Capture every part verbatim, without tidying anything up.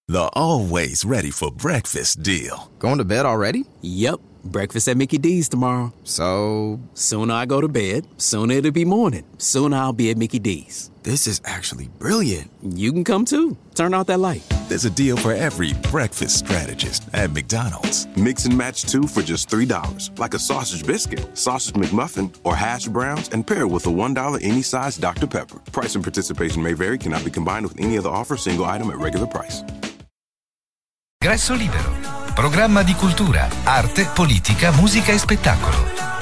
The always ready for breakfast deal. Going to bed already? Yep. Breakfast at Mickey D's tomorrow. So? Sooner I go to bed, sooner it'll be morning. Sooner I'll be at Mickey D's. This is actually brilliant. You can come too. Turn out that light. There's a deal for every breakfast strategist at McDonald's. Mix and match two for just three dollars. Like a sausage biscuit, sausage McMuffin, or hash browns, and pair it with a one dollar any size Doctor Pepper. Price and participation may vary, cannot be combined with any other offer, single item at regular price. Ingresso libero. Programma di cultura, arte, politica, musica e spettacolo.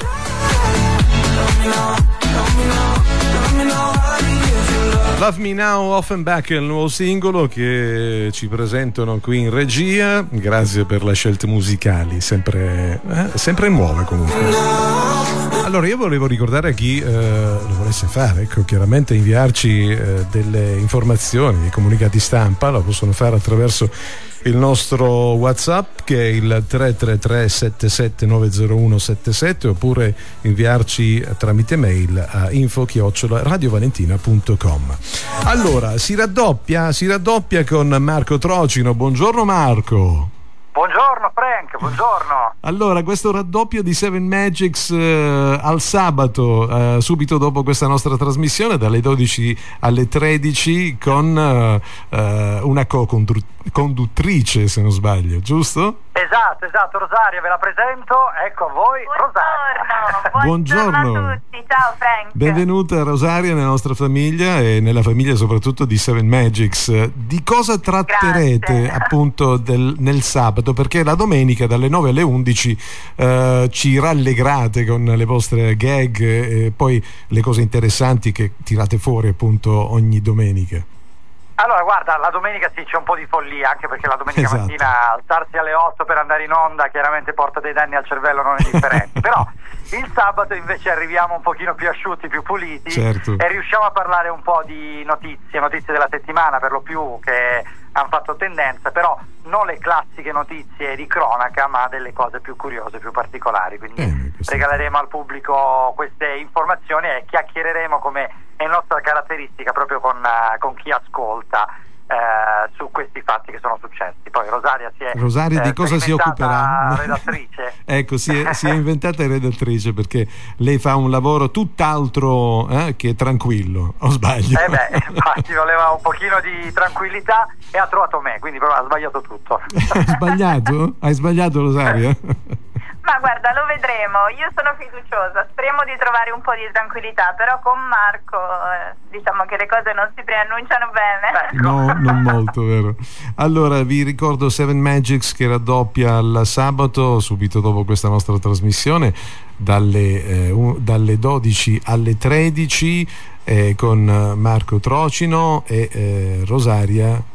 Love Me Now, Off and Back è il nuovo singolo che ci presentano qui in regia. Grazie per le scelte musicali, sempre, eh, sempre nuove comunque. Allora io volevo ricordare a chi eh, lo volesse fare, ecco, chiaramente inviarci eh, delle informazioni, dei comunicati stampa, lo possono fare attraverso il nostro WhatsApp che è il tre tre tre sette sette nove zero uno sette sette, oppure inviarci tramite mail a info chiocciola radiovalentina punto com. Allora si raddoppia si raddoppia con Marco Trocino. Buongiorno Marco. Buongiorno Frank, buongiorno. Allora, questo raddoppio di Seven Magics eh, al sabato, eh, subito dopo questa nostra trasmissione, dalle dodici alle tredici, con eh, una co-conduttrice, se non sbaglio, giusto? Esatto, esatto, Rosaria, ve la presento, ecco a voi, Rosaria. Buongiorno, buongiorno a tutti, ciao Frank. Benvenuta Rosaria nella nostra famiglia e nella famiglia soprattutto di Seven Magics. Di cosa tratterete Grazie. appunto del, nel sabato? Perché la domenica dalle nove alle undici eh, ci rallegrate con le vostre gag e poi le cose interessanti che tirate fuori appunto ogni domenica. Allora guarda, la domenica sì, c'è un po' di follia, anche perché la domenica Esatto. mattina alzarsi alle otto per andare in onda chiaramente porta dei danni al cervello non indifferenti. Però il sabato invece arriviamo un pochino più asciutti, più puliti, certo. E riusciamo a parlare un po' di notizie, notizie della settimana per lo più, che hanno fatto tendenza, però non le classiche notizie di cronaca, ma delle cose più curiose, più particolari. Quindi eh, regaleremo al pubblico queste informazioni e chiacchiereremo, come è nostra caratteristica, proprio con, uh, con chi ascolta uh, su questi fatti che sono successi. Poi Rosaria si è Rosaria di eh, cosa si occuperà? Redattrice. Ecco, si è, si è inventata redattrice, perché lei fa un lavoro tutt'altro eh, che tranquillo, o sbaglio? Eh beh, infatti voleva un pochino di tranquillità e ha trovato me, quindi però ha sbagliato tutto. Hai sbagliato? Hai sbagliato, Rosaria? Ma guarda, lo vedremo, io sono fiduciosa, speriamo di trovare un po' di tranquillità, però con Marco eh, diciamo che le cose non si preannunciano bene. No, non molto, vero. Allora vi ricordo Seven Magics che raddoppia il sabato subito dopo questa nostra trasmissione dalle, eh, un, dalle dodici alle tredici eh, con Marco Trocino e eh, Rosaria.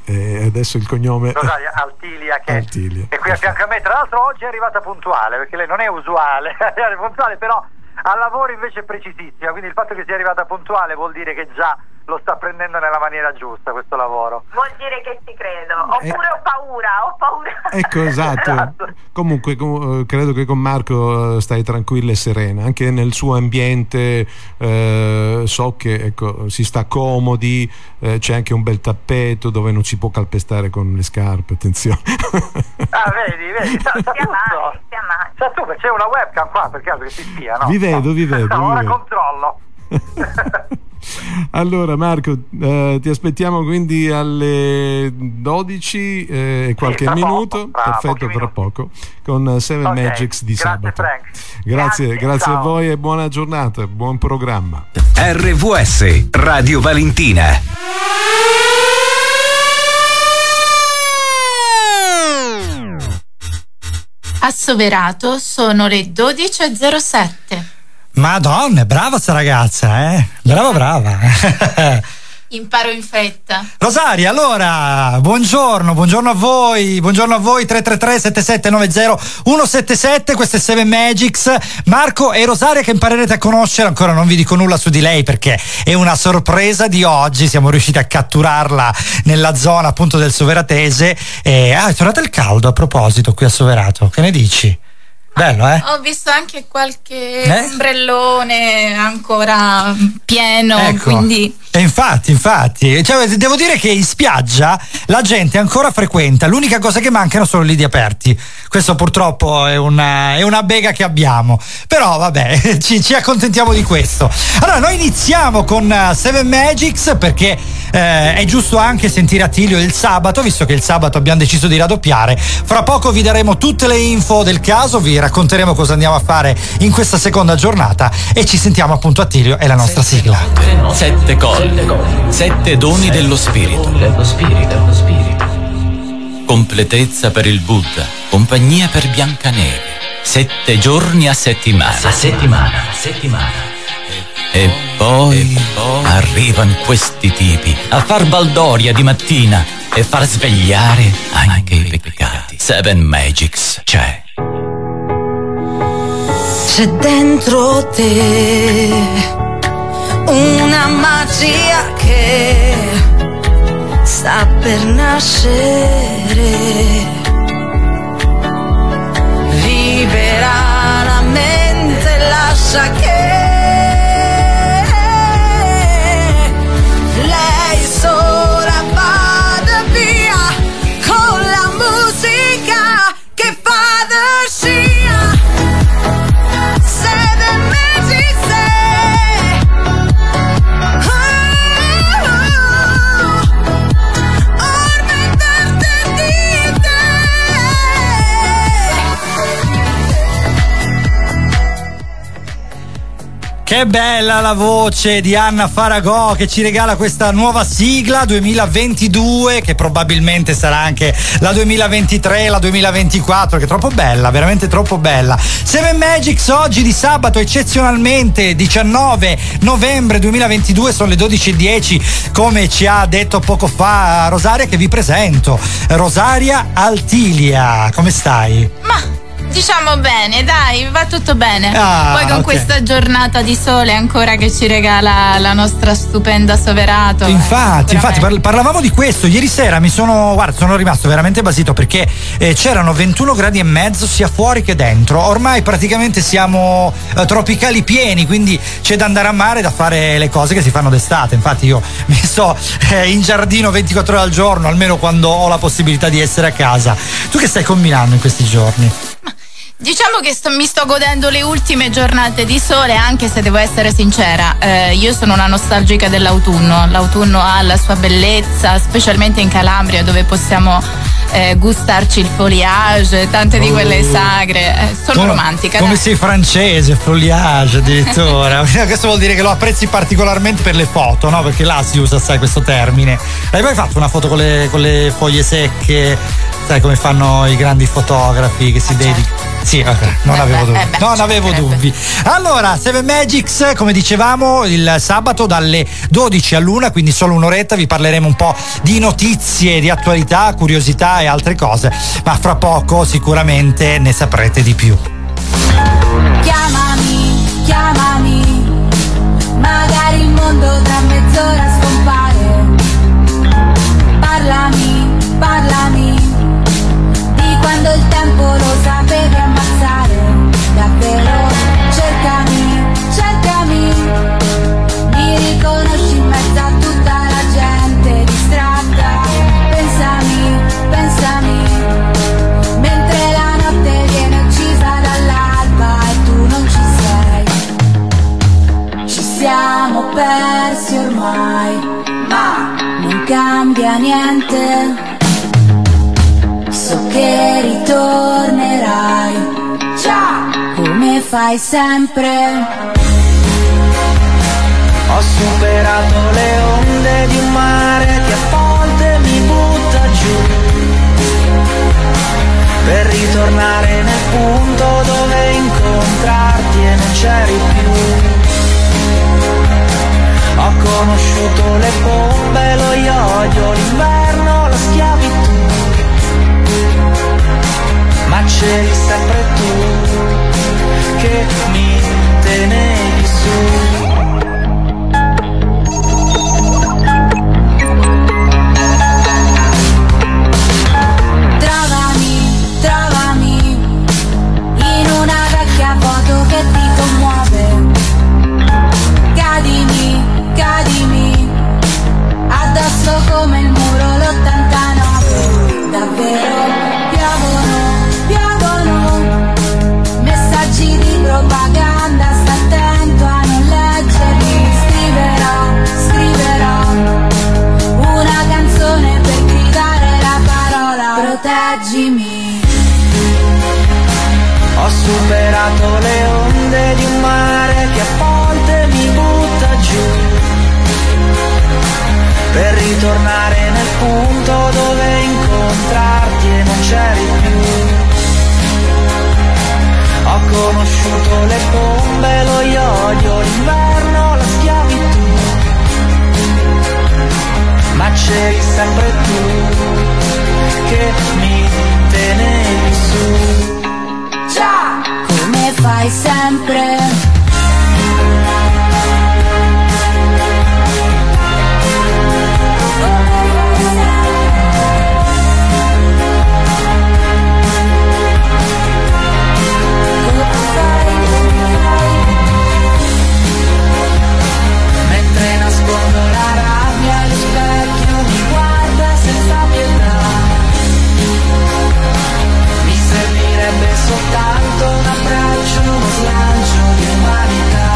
E adesso il cognome Rosaria Altilia, che Altilia. è qui a fianco a me. Tra l'altro oggi è arrivata puntuale, perché lei non è usuale arrivare puntuale, però al lavoro invece è precisissima, quindi il fatto che sia arrivata puntuale vuol dire che già lo sta prendendo nella maniera giusta questo lavoro. Vuol dire che ci credo, oppure eh, ho paura, ho paura. Ecco, esatto. esatto. Comunque com- credo che con Marco stai tranquilla e serena, anche nel suo ambiente eh, so che ecco, si sta comodi, eh, c'è anche un bel tappeto dove non si può calpestare con le scarpe, attenzione. Ah, vedi, vedi, sa, sa sia mai, sia mai. Sa tu, c'è una webcam qua per caso che si spia, no? Vi vedo, no. vi vedo. No, vi ora vedo. controllo. Allora Marco, eh, ti aspettiamo quindi alle dodici e eh, qualche sì, minuto, poco, perfetto, tra poco, con Seven okay. Magics di grazie, sabato. Frank. Grazie, grazie, grazie a ciao. voi e buona giornata, buon programma. R V S Radio Valentina. Assoverato sono le dodici e zero sette. Madonna, brava sta ragazza, eh? Brava, brava. Imparo in fretta. Rosaria, allora, buongiorno, buongiorno a voi, buongiorno a voi, tre tre tre sette sette nove zero uno sette sette, questo è Seven Magics, Marco e Rosaria che imparerete a conoscere, ancora non vi dico nulla su di lei perché è una sorpresa di oggi, siamo riusciti a catturarla nella zona appunto del Soveratese e ah, è tornato il caldo a proposito qui a Soverato, che ne dici? Bello, eh? Ho visto anche qualche Eh? ombrellone ancora pieno, Ecco. quindi... E infatti, infatti, cioè, devo dire che in spiaggia la gente ancora frequenta, l'unica cosa che mancano sono i lidi aperti. Questo purtroppo è una, è una bega che abbiamo, però vabbè, ci, ci accontentiamo di questo. Allora, noi iniziamo con uh, Seven Magics perché eh, è giusto anche sentire Attilio il sabato, visto che il sabato abbiamo deciso di raddoppiare. Fra poco vi daremo tutte le info del caso, vi racconteremo cosa andiamo a fare in questa seconda giornata e ci sentiamo appunto Attilio e la nostra sigla. Sette colli, sette doni dello spirito. Completezza per il Buddha, compagnia per Biancaneve. Sette giorni a settimana. A settimana, a settimana. E poi, e poi arrivano questi tipi a far baldoria di mattina e far svegliare anche i peccati. Seven Magics c'è. C'è dentro te una magia che sta per nascere. Libera la mente, lascia che lei sola vada via con la musica che fa da scia. Seven Magic say, oh, ormai tante dite. Che bella la voce di Anna Faragò che ci regala questa nuova sigla duemilaventidue, che probabilmente sarà anche la duemilaventitré, la duemilaventiquattro, che è troppo bella, veramente troppo bella. Seven Magics oggi di sabato, eccezionalmente diciannove novembre duemilaventidue, sono le dodici e dieci, come ci ha detto poco fa Rosaria, che vi presento. Rosaria Altilia, come stai? Ma diciamo bene, dai, va tutto bene. Ah, Poi con ok. questa giornata di sole ancora che ci regala la nostra stupenda Soverato. Infatti, eh, infatti parl- parlavamo di questo ieri sera, mi sono, guarda, sono rimasto veramente basito perché eh, c'erano ventuno gradi e mezzo sia fuori che dentro. Ormai praticamente siamo eh, tropicali pieni, quindi c'è da andare a mare, da fare le cose che si fanno d'estate. Infatti io mi sto eh, in giardino ventiquattro ore al giorno, almeno quando ho la possibilità di essere a casa. Tu che stai combinando in questi giorni? Diciamo che sto, mi sto godendo le ultime giornate di sole, anche se devo essere sincera, eh, io sono una nostalgica dell'autunno. L'autunno ha la sua bellezza, specialmente in Calabria, dove possiamo eh, gustarci il foliage, tante di quelle sagre. Eh, sono Come- romantica. Come dai. sei francese, foliage addirittura. Questo vuol dire che lo apprezzi particolarmente per le foto, no? Perché là si usa, sai, questo termine. Hai mai fatto una foto con le, con le foglie secche? Sai come fanno i grandi fotografi che si dedicano? Sì, ok, non Eh avevo beh, dubbi. eh beh, non ci avevo mancherebbe. dubbi. Allora, Seven Magics, come dicevamo, il sabato dalle dodici all'una, quindi solo un'oretta, vi parleremo un po' di notizie, di attualità, curiosità e altre cose, ma fra poco sicuramente ne saprete di più. Chiamami, chiamami, magari il mondo tra mezz'ora scompare. Parlami, parlami, di quando il tempo lo sapevi ammazzare. Davvero, cercami, cercami, mi riconosci in mezzo a tutta la gente distratta. Pensami, pensami, mentre la notte viene uccisa dall'alba e tu non ci sei. Ci siamo persi ormai, ma non cambia niente. So che ritornerai, già, come fai sempre. Ho superato le onde di un mare che a volte mi butta giù, per ritornare nel punto dove incontrarti e non c'eri più. Ho conosciuto le bombe, lo iodio, l'inverno, la schiavitù, ma c'eri sempre tu che mi tenevi su. Trovami, trovami, in una proteggimi. Ho superato le onde di un mare che a volte mi butta giù, per ritornare nel punto dove incontrarti e non c'eri più. Ho conosciuto le bombe, lo iodio, l'inverno, la schiavitù, ma c'eri sempre tu che mi tenevi su. Già, come fai sempre. Mentre nascondo la rabbia, lo specchio mi guarda senza pietà. Mi servirebbe soltanto un abbraccio, uno slancio di umanità.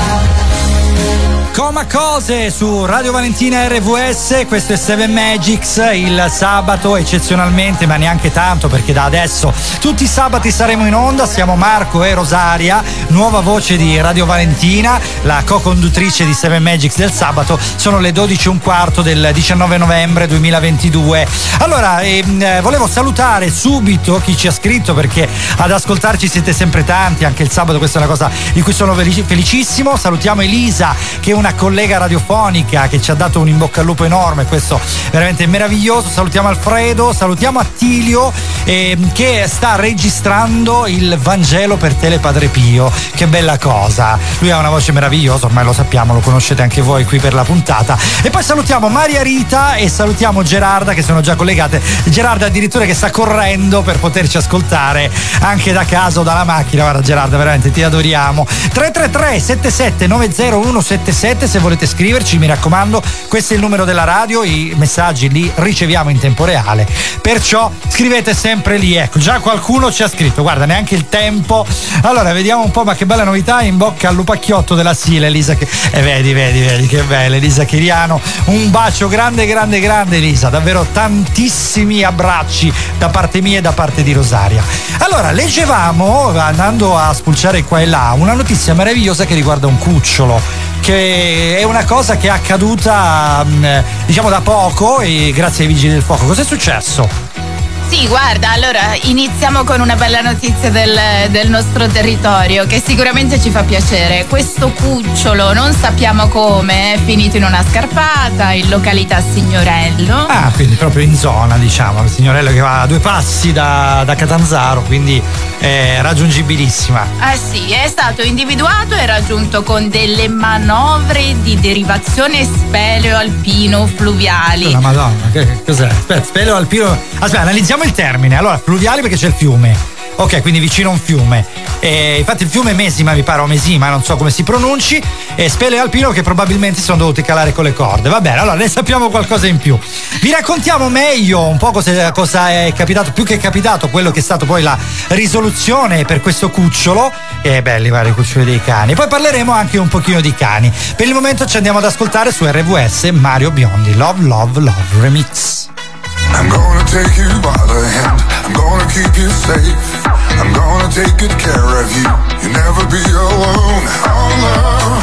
Coma Cose su Radio Valentina R V S, questo è Seven Magics, il sabato eccezionalmente, ma neanche tanto perché da adesso tutti i sabati saremo in onda, siamo Marco e Rosaria, nuova voce di Radio Valentina, la co-conduttrice di Seven Magics del sabato, sono le dodici e un quarto del diciannove novembre duemilaventidue. Allora, ehm, volevo salutare subito chi ci ha scritto perché ad ascoltarci siete sempre tanti, anche il sabato, questa è una cosa di cui sono felicissimo. Salutiamo Elisa che è una collega radiofonica che ci ha dato un in bocca al lupo enorme, questo veramente meraviglioso. Salutiamo Alfredo, salutiamo Attilio eh, che sta registrando il Vangelo per Tele Padre Pio, che bella cosa, lui ha una voce meravigliosa, ormai lo sappiamo, lo conoscete anche voi qui per la puntata. E poi salutiamo Maria Rita e salutiamo Gerarda che sono già collegate, Gerarda addirittura che sta correndo per poterci ascoltare anche da casa o dalla macchina. Guarda Gerarda, veramente ti adoriamo. Tre tre tre sette sette nove zero uno sette sette se volete scriverci, mi raccomando, questo è il numero della radio, i messaggi li riceviamo in tempo reale, perciò scrivete sempre lì. Ecco, già qualcuno ci ha scritto, guarda, neanche il tempo. Allora vediamo un po', ma che bella novità, in bocca al lupacchiotto della Sila, Elisa che... e eh, vedi vedi vedi che bella Elisa Chiriano, un bacio grande grande grande Elisa, davvero tantissimi abbracci da parte mia e da parte di Rosaria. Allora leggevamo, andando a spulciare qua e là, una notizia meravigliosa che riguarda un cucciolo, che è una cosa che è accaduta diciamo da poco e grazie ai vigili del fuoco. Cos'è successo? Sì, guarda, allora iniziamo con una bella notizia del, del nostro territorio che sicuramente ci fa piacere. Questo cucciolo, non sappiamo come, è finito in una scarpata in località Signorello. Ah, quindi proprio in zona, diciamo, il Signorello che va a due passi da, da Catanzaro, quindi è raggiungibilissima. Ah sì, è stato individuato e raggiunto con delle manovre di derivazione speleo-alpino fluviali. La Madonna, che cos'è? Aspetta, speleo-alpino. Aspetta, analizziamo il termine. Allora, fluviali perché c'è il fiume. Ok, quindi vicino a un fiume. E infatti il fiume Mesima, mi pare, o Mesima, non so come si pronunci, e speleo alpino che probabilmente sono dovuti calare con le corde. Va bene, allora ne sappiamo qualcosa in più. Vi raccontiamo meglio un po' cosa, cosa è capitato, più che è capitato, quello che è stato poi la risoluzione per questo cucciolo. Che belli i vari cuccioli dei cani. Poi parleremo anche un pochino di cani. Per il momento ci andiamo ad ascoltare su R V S Mario Biondi, Love Love Love Remix. I'm gonna take you by the hand, I'm gonna keep you safe, I'm gonna take good care of you, you'll never be alone. Our love,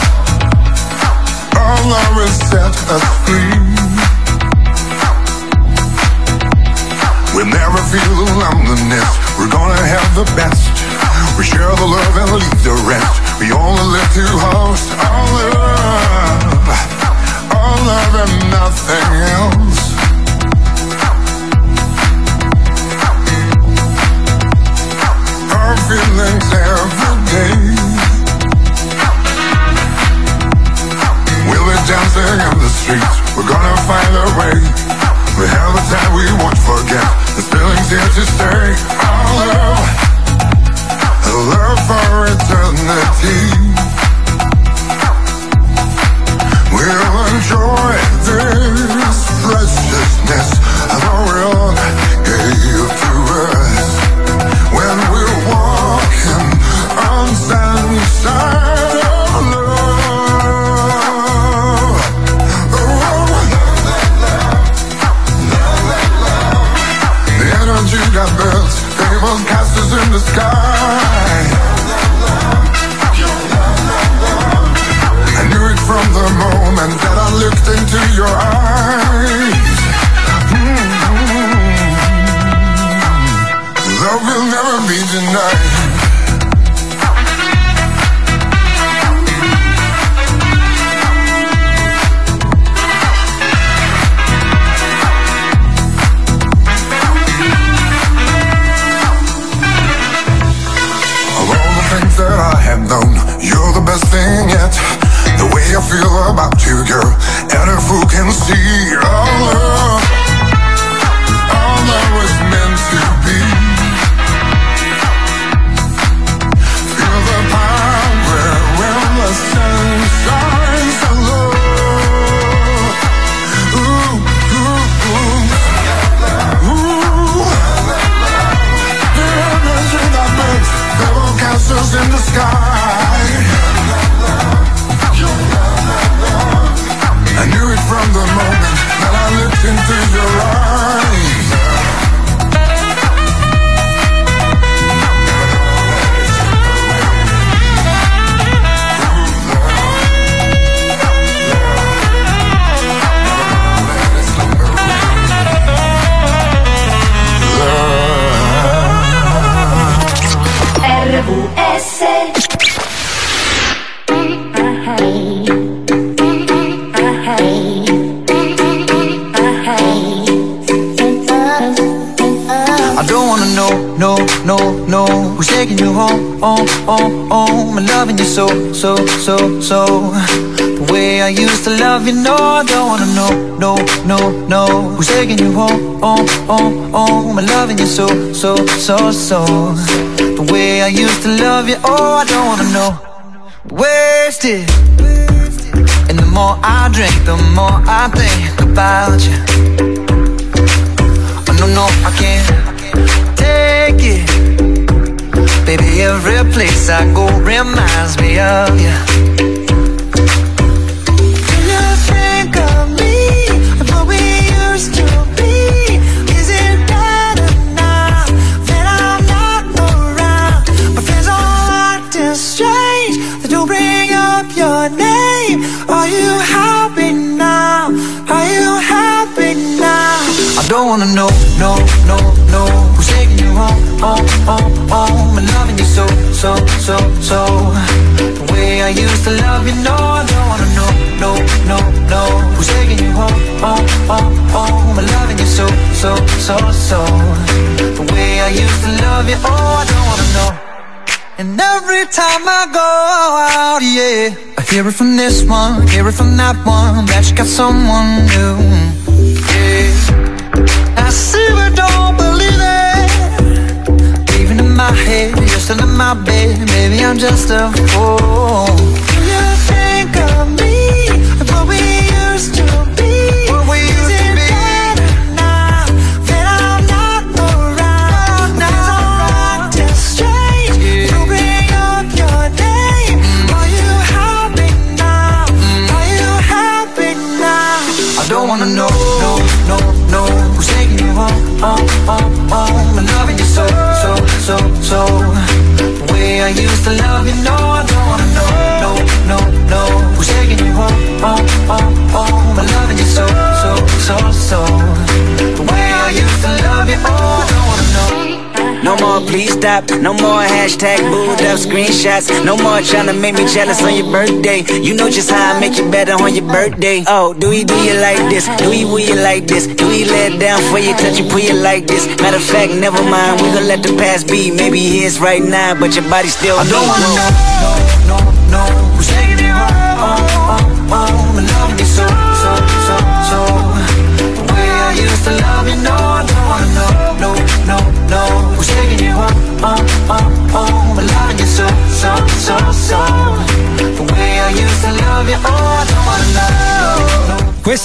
our love will set us free. We'll never feel the loneliness, we're gonna have the best. We share the love and leave the rest, we only live to host. Our love, our love and nothing else. Our feelings every day. We'll be dancing in the streets, we're gonna find a way. We have the time we won't forget, this feeling's here to stay. Our love, a love for eternity. We'll enjoy this preciousness of the world gave to us. When we're walking on sunshine of love. Oh, love, love, love, love, love, love. In a energy that builds famous castles in the sky. I knew it from the moment that I looked into your eyes. Mm-hmm. Love will never be denied. That I have known, you're the best thing yet. The way I feel about you, girl, and a fool can see. Our love, our love was meant to be. Feel the power when the sun shines so low. Ooh, ooh, ooh, ooh. The energy that makes double castles in the sky. I knew it from the moment that I looked into your eyes. R V S No, no, no, who's taking you home, home, home, home? I'm loving you so, so, so, so. The way I used to love you, no, I don't wanna know, no, no, no. Who's taking you home, home, home, home? I'm loving you so, so, so, so. The way I used to love you, oh, I don't wanna know. Wasted. And the more I drink, the more I think about you. Oh, no, no, I can't take it. Baby, every place I go reminds me of you. Do you think of me and what we used to be? Is it better now that I'm not around? My friends all acting strange, they don't bring up your name. Are you happy now? Are you happy now? I don't wanna know, no, no, no. Who's taking you home, home, home, home? I'm loving you so, so, so, so. The way I used to love you, no, I don't wanna know, no, no, no. Who's taking you home, home, home, home? I'm loving you so, so, so, so. The way I used to love you, oh, I don't wanna know. And every time I go out, yeah, I hear it from this one, hear it from that one, that you got someone new, yeah. I see but don't believe it. Even in my head, you're still in my bed. Maybe I'm just a fool. Do you think of me and what we used to be? What we used to be. Better now that I'm not around? Now I'm acting strange. Yeah. You bring up your name. Mm. Are you happy now? Mm. Are you happy now? I don't wanna know, no, no, no. Who's taking you home, home, home, home? I'm loving you so, so, so, so. The way I used to love you, no, I don't wanna know, no, no, no. Who's taking you home, home, home, home? I'm loving you so, so, so, so. The way I used to love you, oh, I don't wanna know. No more please stop, no more hashtag booed up screenshots. No more trying to make me jealous on your birthday. You know just how I make you better on your birthday. Oh, do we do you like this? Do we will you like this? Do we let down for you, touch you, pull you like this? Matter of fact, never mind, we gon' let the past be. Maybe here's right now, but your body still I don't wanna know, no, no, no. Who's taking you home, home, home, home? I'm loving you so, so, so, so. The way I used to love you, no, I don't wanna know, no, no, no. Who's taking you home, home, home, home? I'm loving you so, so, so, so. The way I used to love you, oh, I don't wanna know, no.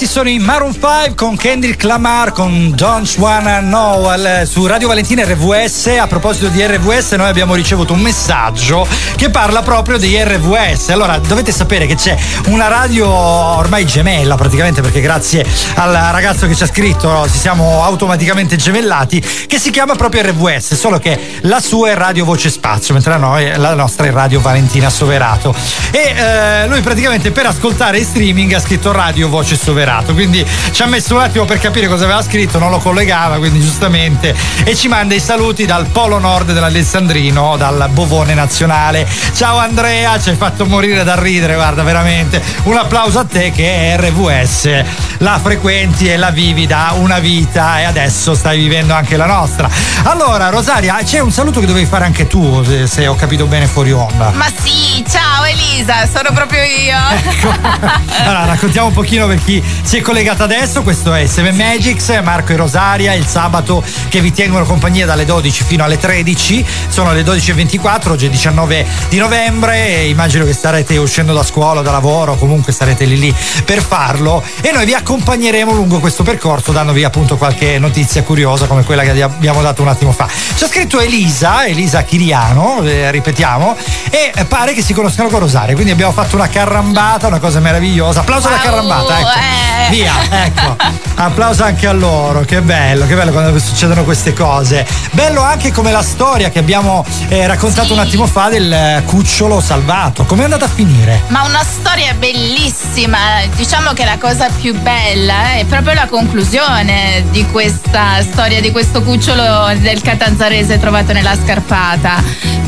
Questi sono i Maroon cinque con Kendrick Lamar con Don't Wanna Know al, su Radio Valentina R V S. A proposito di R V S, noi abbiamo ricevuto un messaggio che parla proprio di R V S. Allora, dovete sapere che c'è una radio ormai gemella praticamente, perché grazie al ragazzo che ci ha scritto ci siamo automaticamente gemellati, che si chiama proprio R V S, solo che la sua è Radio Voce Spazio, mentre la, noi, la nostra è Radio Valentina Soverato. E eh, lui praticamente per ascoltare in streaming ha scritto Radio Voce Soverato, quindi ci ha messo un attimo per capire cosa aveva scritto, non lo collegava, quindi giustamente, e ci manda i saluti dal Polo Nord dell'Alessandrino, dal Bovone Nazionale. Ciao Andrea, ci hai fatto morire da ridere, guarda, veramente un applauso a te che è R V S, la frequenti e la vivi da una vita e adesso stai vivendo anche la nostra. Allora Rosaria, c'è un saluto che dovevi fare anche tu, se, se ho capito bene, fuori onda. Ma sì, ciao Elisa, sono proprio io. Ecco. Allora raccontiamo un pochino per chi si è collegato adesso. Questo è Seven Magics, Marco e Rosaria, il sabato che vi tengono compagnia dalle dodici fino alle tredici. Sono le dodici e ventiquattro, oggi è diciannove di novembre e immagino che starete uscendo da scuola o da lavoro, comunque starete lì lì per farlo, e noi vi accompagneremo lungo questo percorso dandovi appunto qualche notizia curiosa come quella che abbiamo dato un attimo fa. C'è scritto Elisa, Elisa Chiriano, eh, ripetiamo, e pare che si conoscano con Rosaria, quindi abbiamo fatto una carrambata, una cosa meravigliosa. Applauso alla carrambata, ecco. Eh. Via, ecco. Applauso anche a loro, che bello, che bello quando succedono queste cose. Bello anche come la storia che abbiamo eh, raccontato sì. un attimo fa del cucciolo salvato. Com'è andata a finire? Ma una storia bellissima. Diciamo che la cosa più bella è proprio la conclusione di questa storia, di questo cucciolo del catanzarese trovato nella scarpata,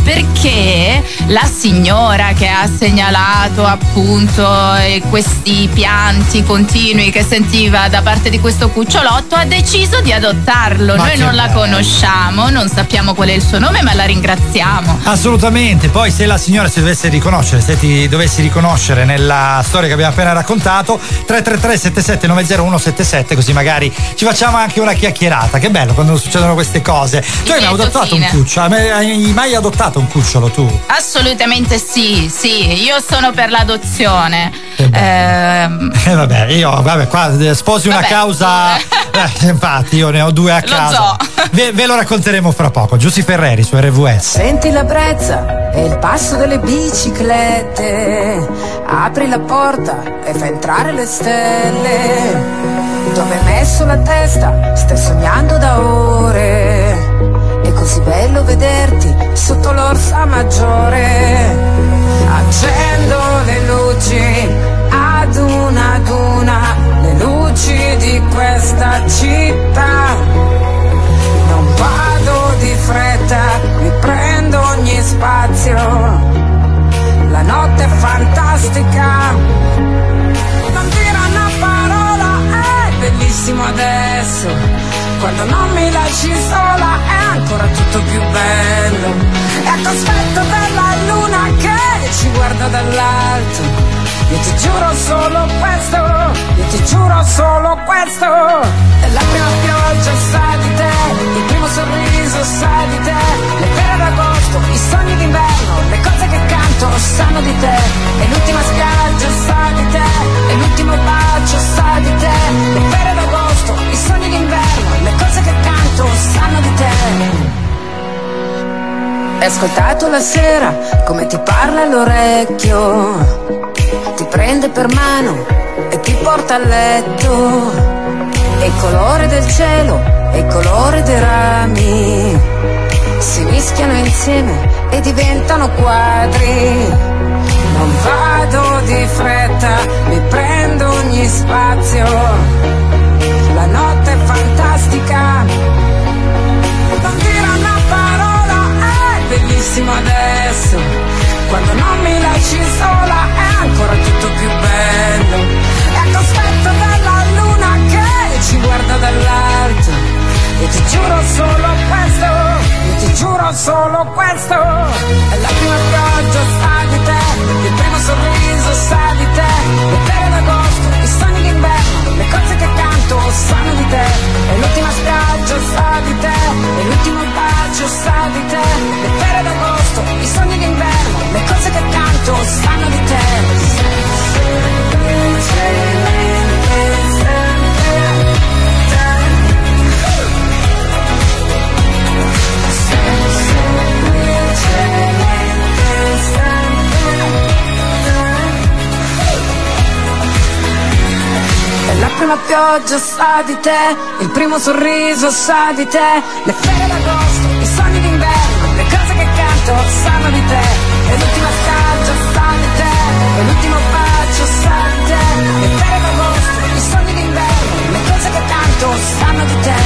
perché la signora che ha segnalato appunto questi pianti continui che sentiva da parte di questo cucciolotto ha deciso di adottarlo. Ma noi non la conosciamo, non sappiamo qual è il suo nome, ma la ringraziamo. Assolutamente. Poi se la signora si dovesse riconoscere, se ti dovessi riconoscere nella storia che abbiamo appena raccontato, tre tre tre sette sette nove zero uno sette sette, così magari ci facciamo anche una chiacchierata. Che bello quando succedono queste cose. Tu hai mai adottato fine. un cucciolo? Hai mai adottato un cucciolo tu? Assolutamente sì, sì, io sono per l'adozione. Eh, eh vabbè, io vabbè, qua sposi una vabbè. causa. Eh, infatti, io ne ho due a casa. So. Ve, ve lo racconteremo fra poco. Giussi Ferreri su R V S. Senti la brezza e il passo delle biciclette. Apri la porta e fa entrare le stelle. Dove hai messo la testa? Stai sognando da ore. È così bello vederti sotto l'orsa maggiore. Accendo le luci ad una ad una, le luci di questa città. Non vado di fretta, mi prendo ogni spazio. La notte è fantastica. Non dire una parola, è bellissimo adesso. Quando non mi lasci sola è ancora tutto più bello. E a cospetto della luna che ci guarda dall'alto. Io ti giuro solo questo, io ti giuro solo questo. E la prima pioggia sa di te, il primo sorriso sa di te. Le pere d'agosto, i sogni d'inverno, le cose che canto sanno di te. E l'ultima spiaggia sa di te, e l'ultimo bacio sa di te. Le pere d'agosto, i sogni d'inverno, le cose che canto sanno di te. Hai ascoltato la sera come ti parla all'orecchio, ti prende per mano e ti porta a letto. E il colore del cielo e il colore dei rami si mischiano insieme e diventano quadri. Non vado di fretta, mi prendo ogni spazio. La notte è fantastica. Non dire una parola, è bellissimo adesso. Quando non mi lasci sola è ancora tutto più bello. E a cospetto della luna che ci guarda dall'alto. Io ti giuro solo questo, io ti giuro solo questo. E la prima pioggia sa di te, il primo sorriso sa di te. Le pere d'agosto, i sogni d'inverno, le cose che canto sanno di te. E l'ultima spiaggia sa di te, e l'ultimo bacio sa di te. Le pere d'agosto, i sogni d'inverno, le cose che canto sanno di te. Say, say, say, say, say. prima pioggia sa di te, il primo sorriso sa di te, le ferie d'agosto, i sogni d'inverno, le cose che canto sanno di te, e l'ultima spiaggia sa di te, e l'ultimo bacio sa di te, le ferie d'agosto, i sogni d'inverno, le cose che canto sanno di te.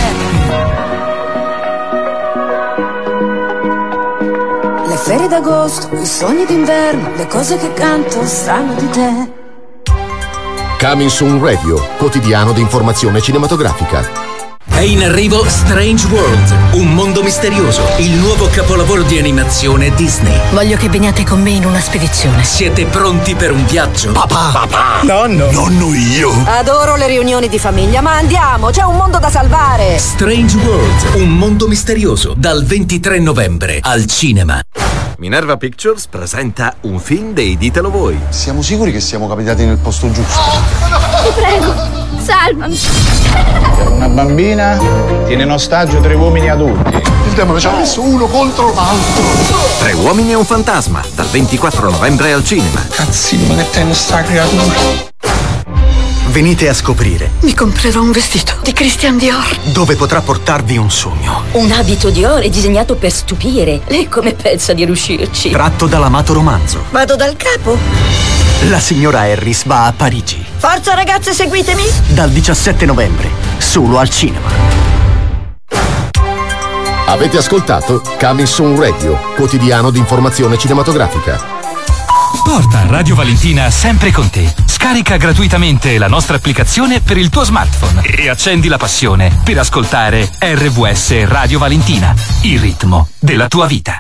Le ferie d'agosto, i sogni d'inverno, le cose che canto sanno di te. Coming Soon Radio, quotidiano di informazione cinematografica. È in arrivo Strange World, un mondo misterioso, il nuovo capolavoro di animazione Disney. Voglio che veniate con me in una spedizione. Siete pronti per un viaggio? Papà! Papà! Nonno! Nonno io! Adoro le riunioni di famiglia, ma andiamo, c'è un mondo da salvare! Strange World, un mondo misterioso, dal ventitré novembre al cinema. Minerva Pictures presenta un film dei Ditelo Voi. Siamo sicuri che siamo capitati nel posto giusto? Ti prego, salvami. Per una bambina tiene in ostaggio tre uomini adulti. Il demone ci ha messo uno contro l'altro. Tre uomini e un fantasma, dal ventiquattro novembre al cinema. Cazzino, ma che tenno sta creatura. Venite a scoprire Mi comprerò un vestito di Christian Dior. dove potrà portarvi un sogno. Un abito Dior è disegnato per stupire. Lei come pensa di riuscirci? Tratto dall'amato romanzo. Vado dal capo. La signora Harris va a Parigi. Forza ragazze, seguitemi. Dal diciassette novembre, solo al cinema. Avete ascoltato Coming Soon Radio, quotidiano di informazione cinematografica. Porta Radio Valentina sempre con te. Scarica gratuitamente la nostra applicazione per il tuo smartphone e accendi la passione per ascoltare R V S Radio Valentina, il ritmo della tua vita.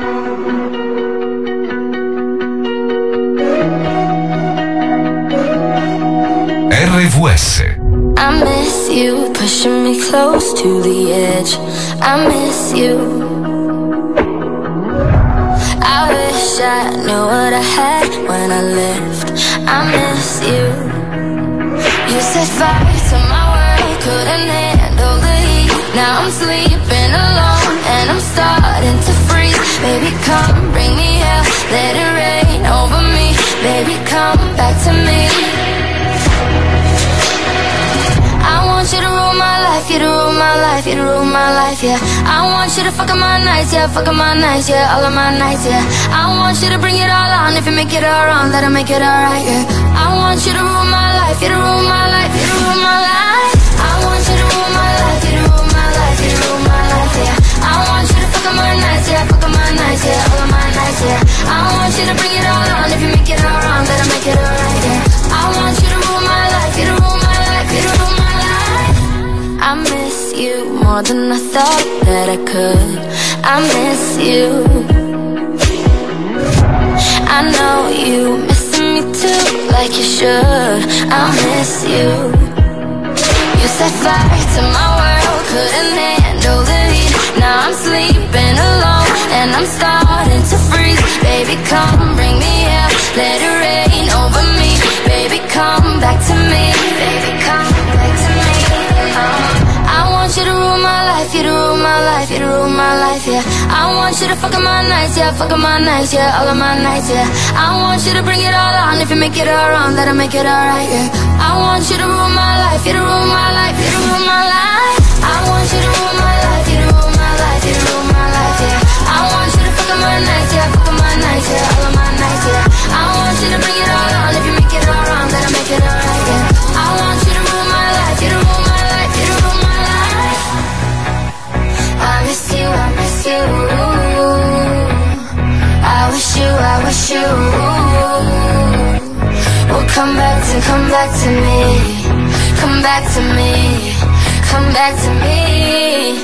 R V S. I miss you, pushing me close to the edge. I miss you. I wish I knew what I had when I left. I miss you. You set fire to my world, couldn't handle the heat. Now I'm sleeping alone and I'm starting to freeze. Baby, come bring me hell, let it rain over me. Baby, come back to me. I want you to rule my life, you to rule my life, you to rule my life, yeah. I want you to fuck up my nights, yeah, fuck up my nights, yeah, all of my nights, yeah. I want you to bring it all on, if you make it all wrong, let it make it alright, yeah. I want you to rule my life, you to rule my life, you to rule my life. I want you to rule my life, you to rule my life, you to rule my life, yeah. I want you to fuck up my nights, yeah, fuck up my nights, yeah, all of my nights, yeah. I want you to bring it all on, if you make it all wrong, let it make it alright, yeah. I want you to rule my life, you to rule my life, you to rule my life. I miss you more than I thought that I could. I miss you. I know you missing me too, like you should. I miss you. You set fire to my world, couldn't handle the heat. Now I'm sleeping alone and I'm starting to freeze. Baby, come bring me hell, let it rain over me. Baby, come back to me. Baby, come back to me. I want you to rule my life, you to rule my life, you to rule my life, yeah. I want you to fuck up my nights, yeah, fuck up my nights, yeah, all of my nights, yeah. I want you to bring it all on, if you make it all wrong, let it make it alright, yeah. I want you to rule my life, you to rule my life, you to rule my life. I want you to rule my life, you to rule my life, you to rule my life, yeah. I want you to fuck up my nights, yeah, fuck up my nights, yeah, all of my nights, yeah. I want you to bring it all on, if you make it all wrong, let it make it alright, yeah. I want you to rule my life, you to rule my life, you to rule my life. I miss you, I miss you. I wish you, I wish you will come back to, come back to me. Come back to me. Come back to me.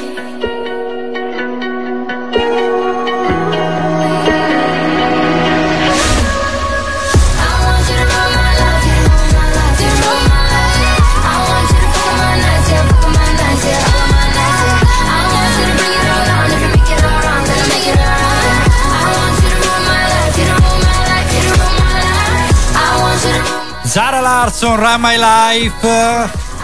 Zara Larsson, Run My Life.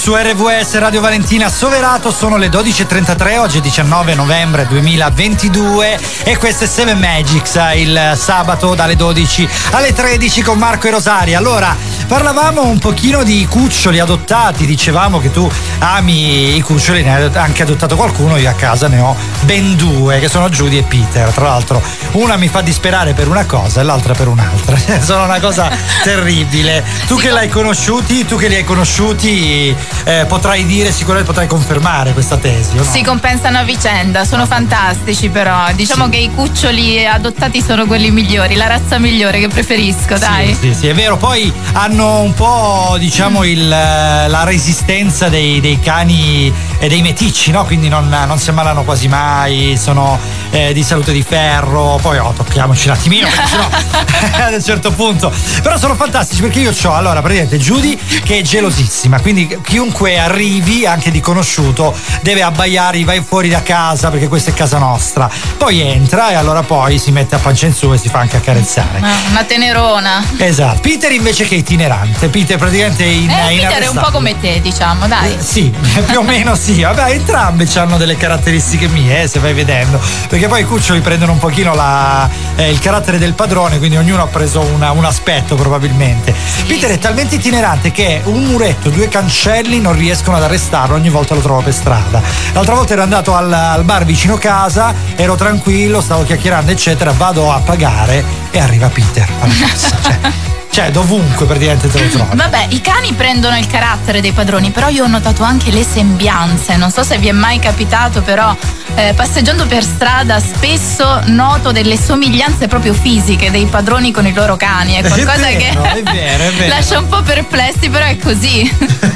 su R V S Radio Valentina Soverato. Sono le dodici e trentatré, oggi è diciannove novembre duemilaventidue e questo è Seven Magics, il sabato dalle dodici alle tredici con Marco e Rosaria. Allora, parlavamo un pochino di cuccioli adottati, dicevamo che tu ami i cuccioli, ne hai anche adottato qualcuno, io a casa ne ho ben due, che sono Judy e Peter. Tra l'altro una mi fa disperare per una cosa e l'altra per un'altra, sono una cosa terribile. Tu che l'hai conosciuti, tu che li hai conosciuti, eh, potrai dire, sicuramente potrai confermare questa tesi, o no? Si compensano a vicenda, sono fantastici, però diciamo sì. che i cuccioli adottati sono quelli migliori, la razza migliore che preferisco, dai. Sì, sì, sì, è vero. Poi hanno un po', diciamo, il, la resistenza dei, dei cani e dei meticci, no? Quindi non, non si ammalano quasi mai, sono eh, di salute di ferro. Poi oh, tocchiamoci un attimino, perché sennò ad un certo punto. Però sono fantastici, perché io ho, allora, praticamente Judy che è gelosissima, quindi chiunque arrivi, anche di conosciuto, deve abbaiare, vai fuori da casa perché questa è casa nostra. Poi entra e allora poi si mette a pancia in su e si fa anche accarezzare. Ah, una tenerona. Esatto. Peter invece che è itinerante, Peter praticamente in, eh, Peter è un po' come te, diciamo, dai. Eh, sì, più o meno sì. Vabbè, entrambi hanno delle caratteristiche mie, eh, se vai vedendo, perché poi i cuccioli prendono un pochino la, eh, il carattere del padrone, quindi ognuno ha preso una, un aspetto probabilmente. Sì. Peter è talmente itinerante che un muretto, due cancelli non riescono ad arrestarlo, ogni volta lo trovo per strada. L'altra volta ero andato al, al bar vicino casa, ero tranquillo, stavo chiacchierando eccetera, vado a pagare e arriva Peter alla cassa, cioè Cioè, dovunque praticamente te lo trovi. Vabbè, i cani prendono il carattere dei padroni, però io ho notato anche le sembianze. Non so se vi è mai capitato, però eh, passeggiando per strada spesso noto delle somiglianze proprio fisiche dei padroni con i loro cani. È qualcosa è vero, che è vero, è vero. lascia un po' perplessi, però è così.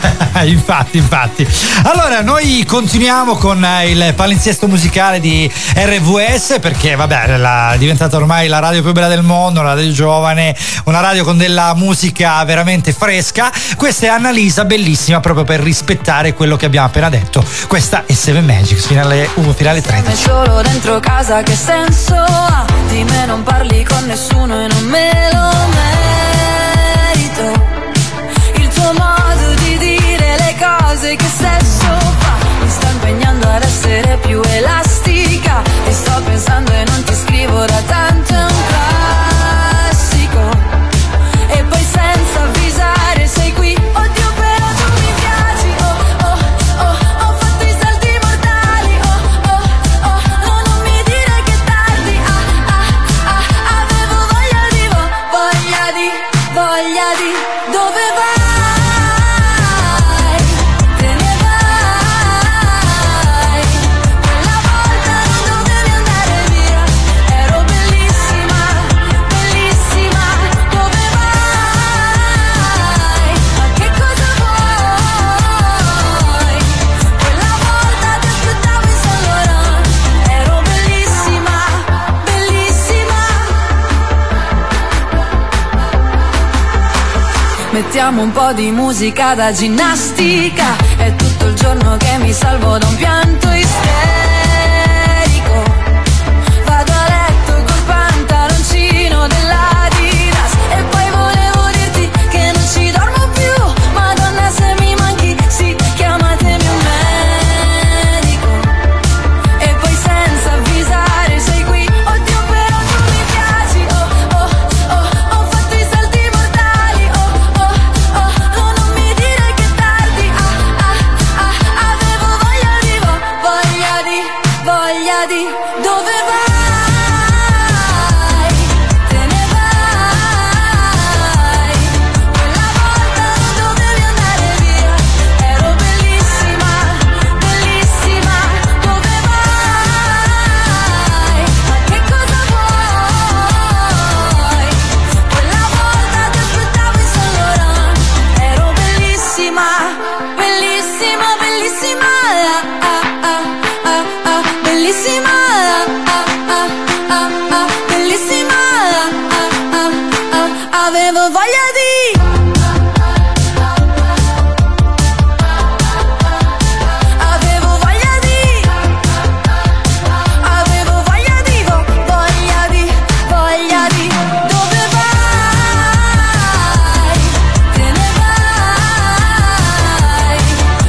infatti, infatti. Allora, noi continuiamo con il palinsesto musicale di R V S, perché vabbè, è diventata ormai la radio più bella del mondo, una radio giovane, una radio con della musica veramente fresca. Questa è Annalisa, bellissima, proprio per rispettare quello che abbiamo appena detto. Questa è Seven Magics, finale uno, finale tredici. Solo dentro casa che senso ha? Di me non parli con nessuno e non me lo merito. Il tuo modo di dire le cose, che sesso fa? Mi sta impegnando ad essere più elastica e sto pensando e non ti scrivo da tanto, è un classico. E poi senza avvisare sei qui, oddio però tu mi piaci, oh oh oh, ho fatto i salti mortali, oh oh oh, no non mi dire che tardi, ah ah ah, avevo voglia di, vo- voglia di, voglia di, dove vai? Te ne vai, quella volta non dovevi andare via, ero bellissima, bellissima, dove vai? Mettiamo un po' di musica da ginnastica, è tutto il giorno che mi salvo da un pianto isterico. Vado a letto col pantaloncino dell'Adidas e poi volevo dirti che non ci dormo più. Madonna se mi manchi, sì, chiamatemi un medico. E poi senza avvisare sei qui, oddio però tu mi piaci, oh oh oh, ho fatto i salti mortali, oh oh oh, no non mi dire che tardi, ah ah ah, avevo voglia di, vo- voglia di, voglia di, dove vai? Te ne vai, quella volta non dovevi andare via, ero bellissima, bellissima, dove vai? Ma che cosa vuoi? Quella volta ti aspettavo in Saint Laurent, ero bellissima, bellissima, bellissima, ah ah ah ah ah, bellissima, ah ah ah ah, bellissima, ah ah ah, avevo voglia di, avevo voglia di, avevo voglia di, vo- voglia di, voglia di, dove vai? Te ne vai,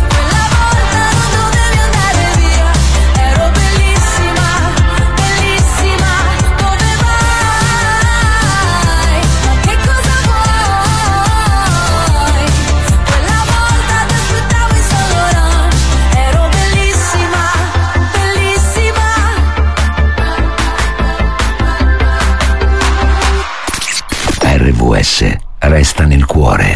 S resta nel cuore.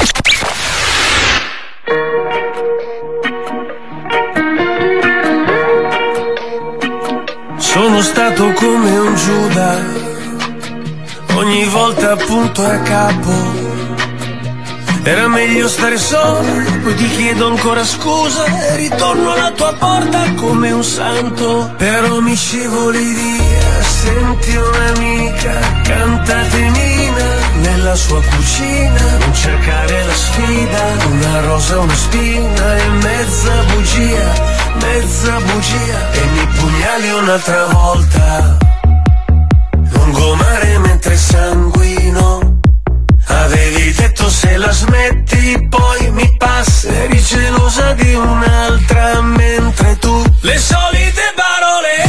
Sono stato come un Giuda, ogni volta appunto a capo. Era meglio stare solo, poi ti chiedo ancora scusa e ritorno alla tua porta come un santo. Però mi scivoli via, senti un'amica, cantatemina nella sua cucina. Non cercare la sfida, una rosa, una spina e mezza bugia, mezza bugia. E mi pugnali un'altra volta, lungomare mentre sanguino. Avevi detto se la smetti poi mi passi. Eri gelosa di un'altra mentre tu le solite parole.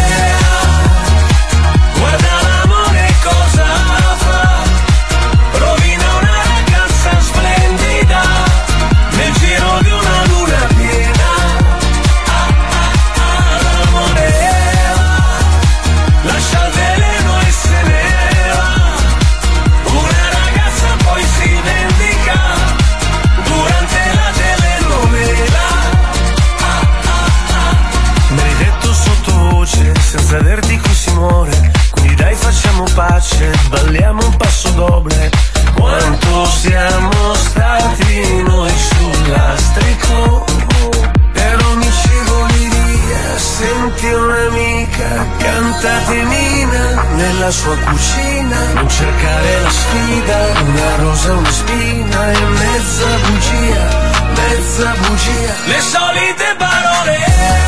Guarda l'amore cosa fa, rovina una ragazza splendida nel giro di una luna piena. Ah, ah, ah, l'amore va, lascia il veleno e se ne va. Una ragazza poi si vendica durante la telenovela. Ah, ah, ah. Me l'hai detto sottovoce senza averti qui si muore, quindi dai facciamo pace, balliamo un passo doble. Quanto siamo stati noi sul lastrico, però mi scivoli via, senti un'amica, cantatemina nella sua cucina. Non cercare la sfida, una rosa, una spina e mezza bugia, mezza bugia. Le solite parole.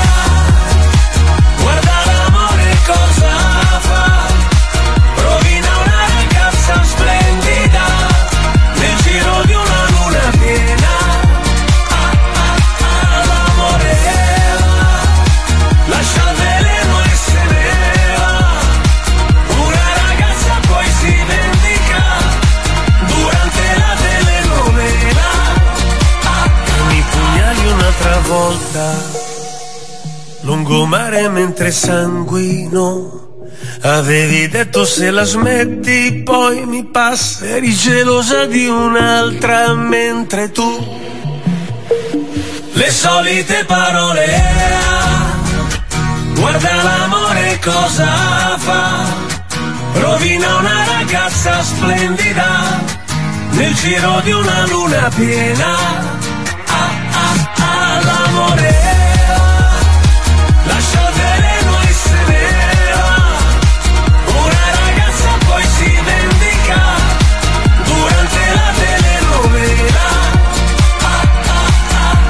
Guarda l'amore cosa fa, rovina una ragazza splendida nel giro di una luna piena. Ah, ah, ah, l'amore va, lascia il veleno e se ne va. Una ragazza poi si vendica durante la telenovela. Ah, mi pugnali un'altra volta, lungomare mentre sanguino. Avevi detto se la smetti poi mi passa. Eri gelosa di un'altra mentre tu le solite parole. Guarda l'amore cosa fa, rovina una ragazza splendida nel giro di una luna piena. Ah, ah, ah, l'amore va, lascia il veleno e se ne va. Una ragazza poi si vendica durante la telenovela. Ah, ah, ah.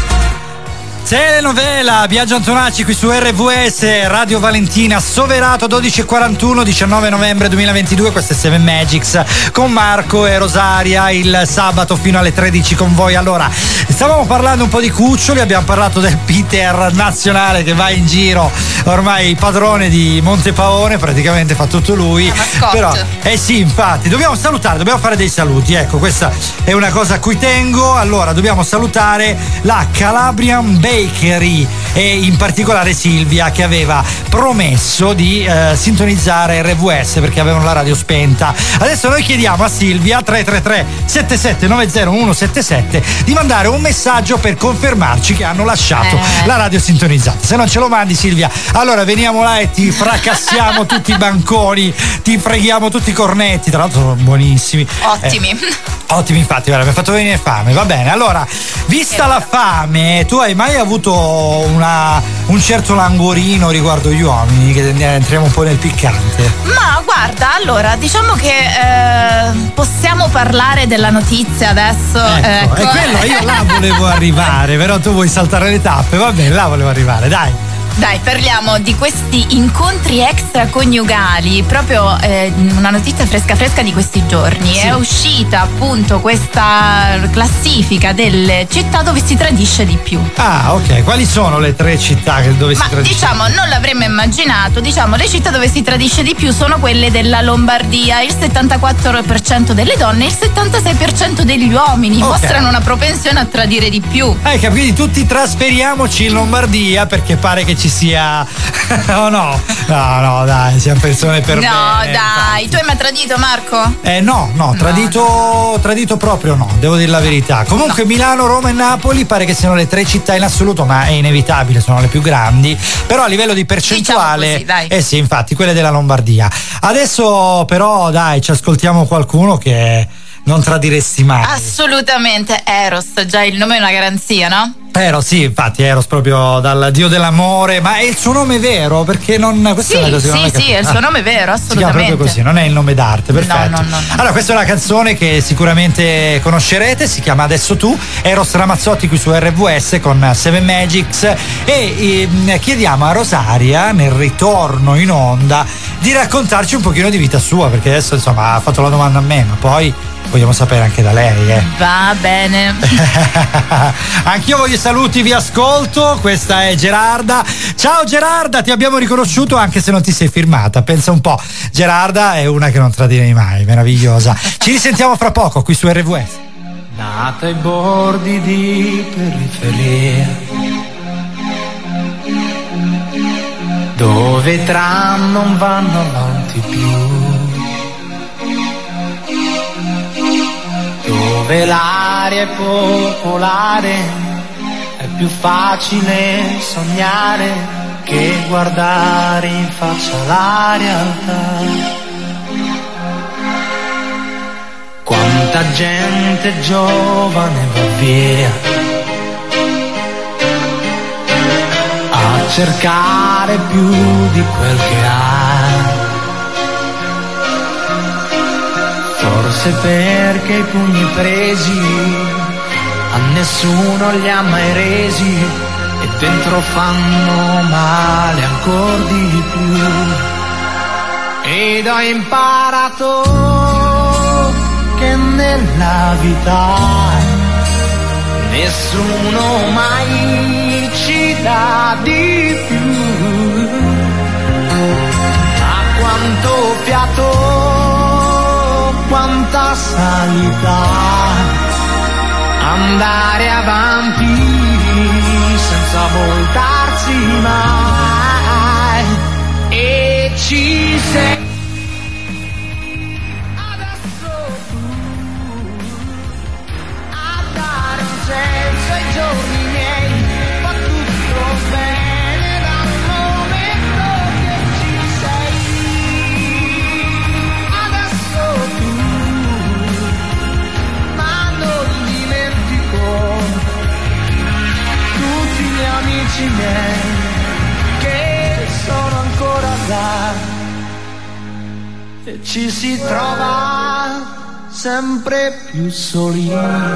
Telenovela, Biagio Antonacci qui su R V S Radio Valentina, Soverato, dodici e quarantuno, diciannove novembre duemilaventidue. Queste è Seven Magics con Marco e Rosaria, il sabato fino alle tredici con voi. Allora, stavamo parlando un po' di cuccioli, abbiamo parlato del Peter nazionale che va in giro, ormai padrone di Montepaone, praticamente fa tutto lui. Però, eh sì, infatti, dobbiamo salutare, dobbiamo fare dei saluti, ecco, questa è una cosa a cui tengo. Allora, dobbiamo salutare la Calabrian Bakery e in particolare Silvia, che aveva promesso di eh, sintonizzare R V S perché avevano la radio spenta. Adesso noi chiediamo a Silvia tre tre tre sette sette nove zero uno sette sette di mandare un messaggio per confermarci che hanno lasciato eh. la radio sintonizzata. Se non ce lo mandi, Silvia, allora veniamo là e ti fracassiamo tutti i banconi, ti freghiamo tutti i cornetti, tra l'altro sono buonissimi. Ottimi. Eh, ottimi, infatti, guarda, mi ha fatto venire fame. Va bene, allora, vista la fame, tu hai mai avuto una, un certo languorino riguardo gli uomini, che entriamo un po' nel piccante? Ma guarda, allora, diciamo che eh, possiamo parlare della notizia adesso. Ecco, ecco. è quello, io là volevo arrivare, però tu vuoi saltare le tappe, va bene, là volevo arrivare, dai. Dai, parliamo di questi incontri extraconiugali, proprio eh, una notizia fresca fresca di questi giorni. Sì. È uscita appunto questa classifica delle città dove si tradisce di più. Ah, ok. Quali sono le tre città dove Ma si tradisce? Diciamo, non l'avremmo immaginato, diciamo, le città dove si tradisce di più sono quelle della Lombardia, il settantaquattro per cento delle donne e il settantasei per cento degli uomini okay. mostrano una propensione a tradire di più. Eh, quindi tutti trasferiamoci in Lombardia perché pare che ci ci sia. No, no, no, no, dai, siamo persone per bene. No, dai, infatti. Tu hai mai tradito, Marco? Eh no, no, tradito, no. tradito proprio no, devo dire la verità. Comunque no. Milano, Roma e Napoli pare che siano le tre città in assoluto, ma è inevitabile, sono le più grandi. Però a livello di percentuale, diciamo così, dai. Eh sì, infatti, quelle della Lombardia. Adesso però, dai, ci ascoltiamo qualcuno che non tradiresti mai. Assolutamente, Eros, già il nome è una garanzia, no? Eros, sì, infatti Eros proprio dal dio dell'amore, ma è il suo nome vero? Perché non questa sì, è una cosa sì, non è sì, è il suo nome vero, assolutamente. Si chiama proprio così, non è il nome d'arte, perfetto. No, no, no, no. Allora, questa è una canzone che sicuramente conoscerete, si chiama Adesso tu, Eros Ramazzotti qui su R V S con Seven Magics e eh, chiediamo a Rosaria nel ritorno in onda di raccontarci un pochino di vita sua, perché adesso insomma ha fatto la domanda a me, ma poi vogliamo sapere anche da lei, eh. Va bene. Anch'io voglio saluti, vi ascolto. Questa è Gerarda. Ciao Gerarda, ti abbiamo riconosciuto anche se non ti sei firmata. Pensa un po', Gerarda è una che non tradirei mai, meravigliosa. Ci risentiamo fra poco qui su R V S. Nata ai bordi di periferia, dove i tram non vanno avanti più, dove l'aria è popolare, è più facile sognare che guardare in faccia la realtà. Quanta gente giovane va via a cercare più di quel che ha, forse perché i pugni presi a nessuno li ha mai resi e dentro fanno male ancora di più. Ed ho imparato che nella vita nessuno mai ci dà di più, ma quanto fiato, quanta salita, andare avanti senza voltarsi mai. E ci sei adesso tu a dare un senso ai giorni miei, fa tutto bene dal momento che ci sei. Adesso tu, ma non dimentico tutti gli amici miei che sono ancora là, e ci si trova sempre più soli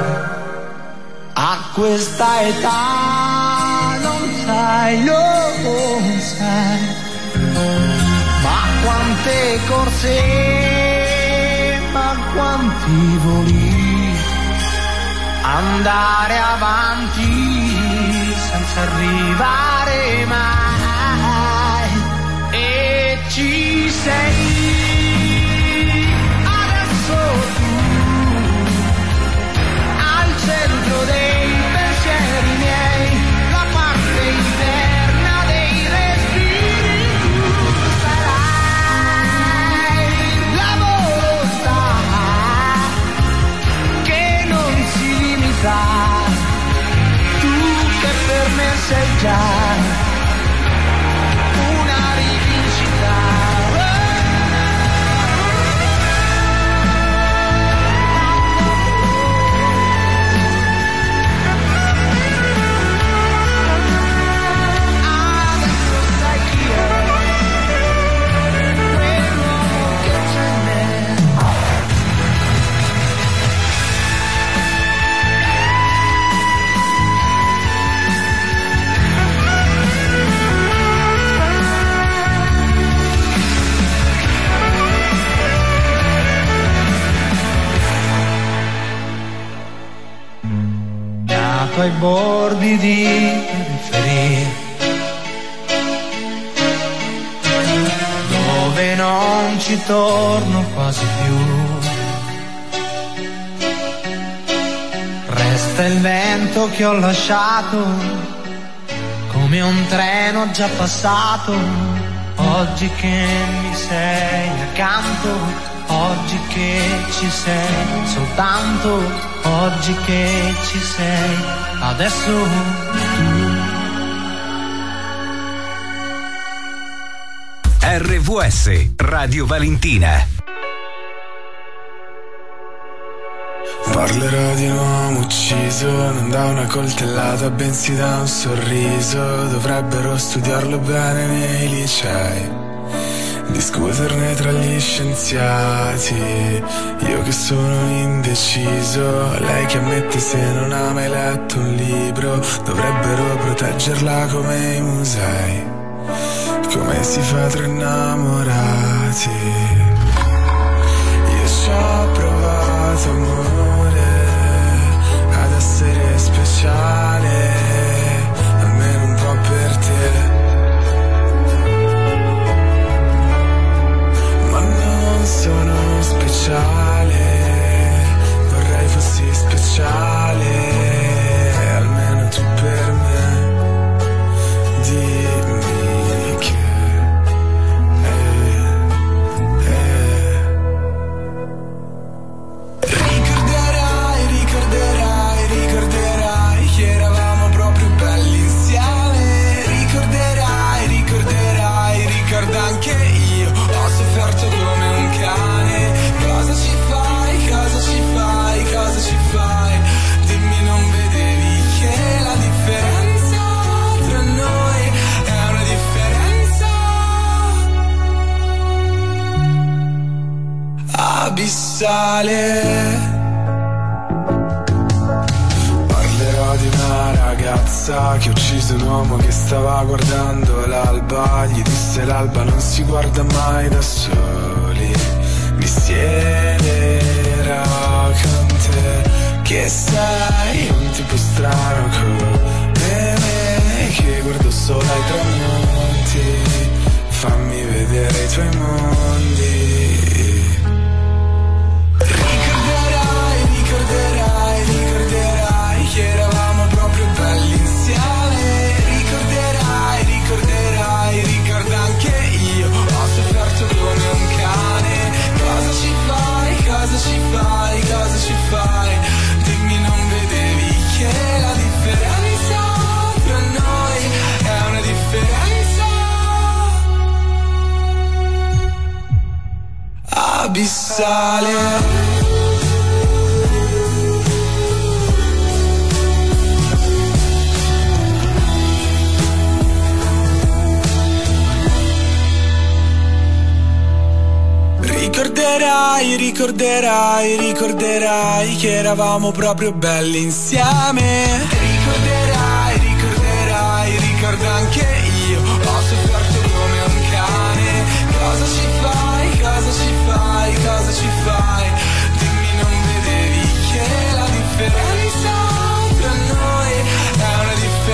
a questa età, non sai, non sai, ma quante corse, ma quanti voli, andare avanti senza arrivare mai. E ci sei adesso tu, al centro dei pensieri miei, la parte interna dei respiri. Tu sarai la volontà che non si limita, tu che per me sei già una rivincita. Adesso sai chi è quell'uomo che c'è in me. Nato ai bordi di periferia, dove non ci torno quasi più, resta il vento che ho lasciato con come un treno già passato, oggi che mi sei accanto, oggi che ci sei, soltanto oggi che ci sei, adesso tu. R V S Radio Valentina. Parlerò di un uomo ucciso non da una coltellata bensì da un sorriso. Dovrebbero studiarlo bene nei licei, discuterne tra gli scienziati. Io che sono indeciso, lei che ammette se non ha mai letto un libro. Dovrebbero proteggerla come i musei, come si fa tra innamorati. Io ci ho provato amore ad essere speciale, almeno un po' per te, ma non sono speciale, vorrei fossi speciale, almeno tu per me. Dimmi che eh, eh. Ricorderai, ricorderai, ricorderai che eravamo proprio belli insieme. Ricorderai, ricorderai, ricorda anche io, ho sofferto come un cane. Cosa ci fai, cosa ci fai, cosa ci fai? Dimmi, non vedevi che la differenza tra noi è una differenza abissale. Parlerò di una ragazza che ha ucciso un uomo che stava guardando l'alba. Gli disse l'alba non si guarda mai da soli, mi siederò con te, che sei un tipo strano come me, che guardo solo ai tramonti. Fammi vedere i tuoi mondi. Ricorderai, ricorderai, ricorderai che eravamo proprio belli insieme. Ricorderai, ricorderai, ricorda anche io, ho sofferto come un cane. Cosa ci fai, cosa ci fai, cosa ci fai? Dimmi, non vedevi che la differenza tra noi è una differenza abissale. Ricorderai, ricorderai, ricorderai che eravamo proprio belli insieme. Ricorderai, ricorderai, ricorda anche io, ho sofferto come un cane. Cosa ci fai, cosa ci fai, cosa ci fai? Dimmi, non vedevi che la differenza tra noi è una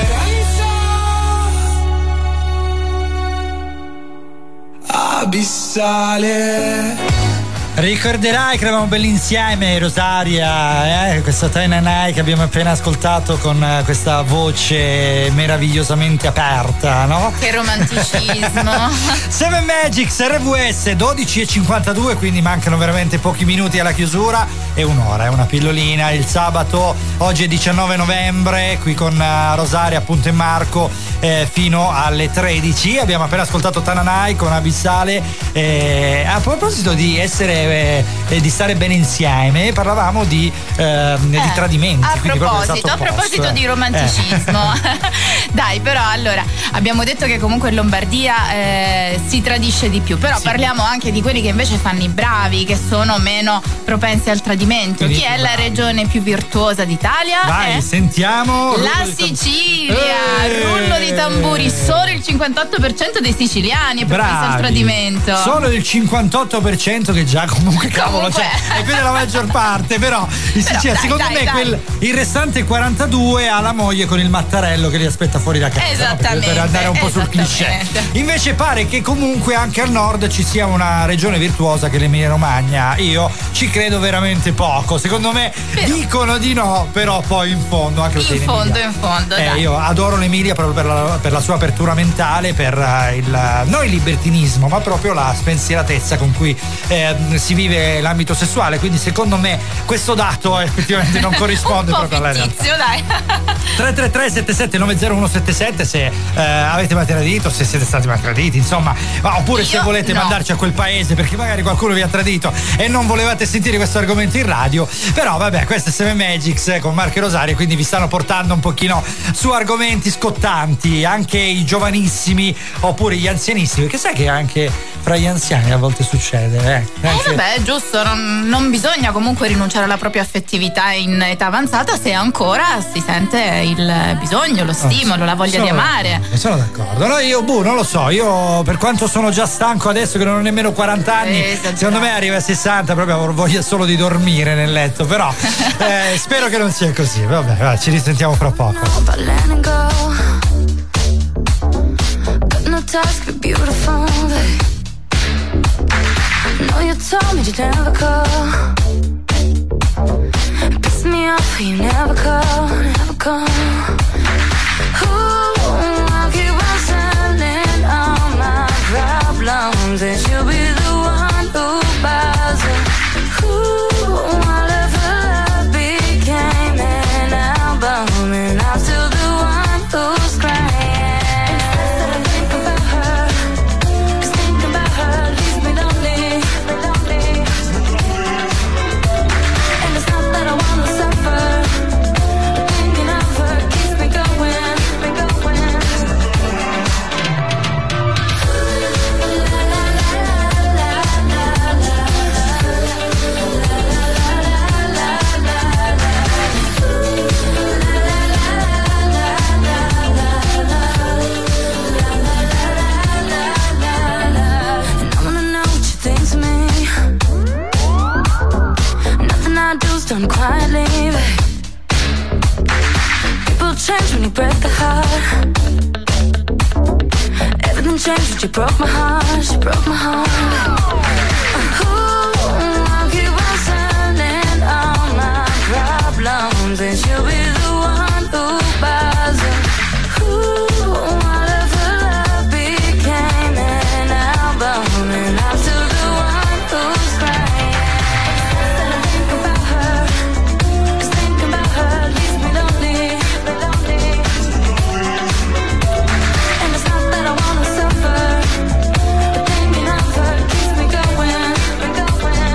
differenza abissale. Ricorderai che eravamo belli insieme, Rosaria, eh? Questa Tananai che abbiamo appena ascoltato con eh, questa voce meravigliosamente aperta, no? Che romanticismo. Seven Magics R V S dodici e cinquantadue, quindi mancano veramente pochi minuti alla chiusura e un'ora, è una pillolina. Il sabato, oggi è diciannove novembre, qui con uh, Rosaria appunto e Marco eh, fino alle tredici. Abbiamo appena ascoltato Tananai con Abissale. Eh, a proposito di essere e di stare bene insieme, parlavamo di, eh, di eh, tradimenti. A a proposito, a proposito eh. di romanticismo, eh. Dai, però allora abbiamo detto che comunque in Lombardia eh, si tradisce di più, però sì. Parliamo anche di quelli che invece fanno i bravi, che sono meno propensi al tradimento. Quindi, chi è bravi. La regione più virtuosa d'Italia? Vai, eh? sentiamo. La Sicilia, eh. Rullo di tamburi, solo il cinquantotto per cento dei siciliani è propenso al tradimento. Solo il cinquantotto per cento che già comunque cavolo, Comunque. cioè, è più della maggior parte, però in Però, Sicilia, dai, secondo dai, me dai. quel, il restante quarantadue ha la moglie con il mattarello che li aspetta fuori da casa, no? Esattamente, Per andare un po' sul cliché. Invece pare che comunque anche al nord ci sia una regione virtuosa che è l'Emilia Romagna. Io ci credo veramente poco. Secondo me Però. dicono di no, però poi in fondo anche perché In in fondo, Emilia- in fondo, Eh, dai. io adoro l'Emilia proprio per la, per la sua apertura mentale, per eh, il non il libertinismo, ma proprio la spensieratezza con cui eh, si vive l'ambito sessuale. Quindi secondo me questo dato effettivamente non corrisponde Un po' proprio alla realtà. fittizio, dai. tre tre tre sette sette nove zero uno sette sette se eh, avete mai tradito, se siete stati mai traditi, insomma, ma oppure se Io volete no. mandarci a quel paese perché magari qualcuno vi ha tradito e non volevate sentire questo argomento in radio. Però vabbè, questo è Seven Magics con Marco e Rosario, quindi vi stanno portando un pochino su argomenti scottanti, anche i giovanissimi oppure gli anzianissimi, che sai che anche fra gli anziani a volte succede, eh? Eh, Anche- vabbè, è giusto, non, non bisogna comunque rinunciare alla propria affettività in età avanzata se ancora si sente il bisogno, lo stimolo, la voglia di Sono amare. d'accordo, Sono d'accordo. No, io, boh, non lo so. Io, per quanto sono già stanco adesso, che non ho nemmeno quaranta anni, Eh, esagerato. secondo me arriva a sessanta, proprio avrò voglia solo di dormire nel letto. Però eh, spero che non sia così. Vabbè, va, ci risentiamo fra poco. But letting go. Got no task, be beautiful, babe. No, you told me to never call. Piss me off, you never call, never call. Ooh, I'll keep on selling all my problems, and you'll be the one who buys it. Ooh, my love for love became an album, and I'm still the one who's crying. Instead of thinking about her, 'cause thinking about her leaves me lonely, lonely. And it's not that I wanna suffer, but thinking of her keeps me going, me going. And I wanna know what you think to me. Nothing I do's done quietly, babe. People change when you break the heart. Everything changed when you broke my heart. You broke my heart. Ooh, I'll keep on selling all my problems, and you'll be the one who buys it. Ooh, my love for love became an album, and I'm still the one who's crying. Instead of thinking about her, 'cause thinking about her leaves me lonely, lonely. And it's not that I wanna suffer, but thinking of her keeps me going, me going.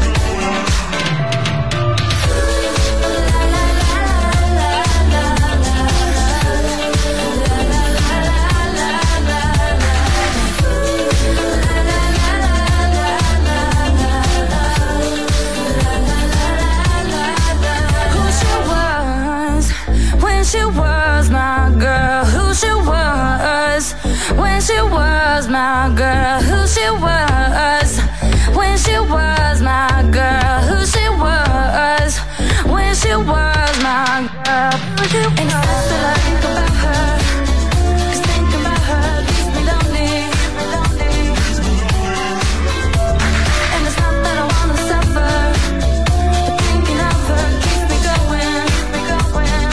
Who she was when she was my girl. Who she was when she was my girl. Who she was when she was my girl. Who she was when she was my girl. And it's not that I think about her, 'cause thinking about her leaves me lonely, lonely. And it's not that I wanna suffer, but thinking of her keeps me going, me going.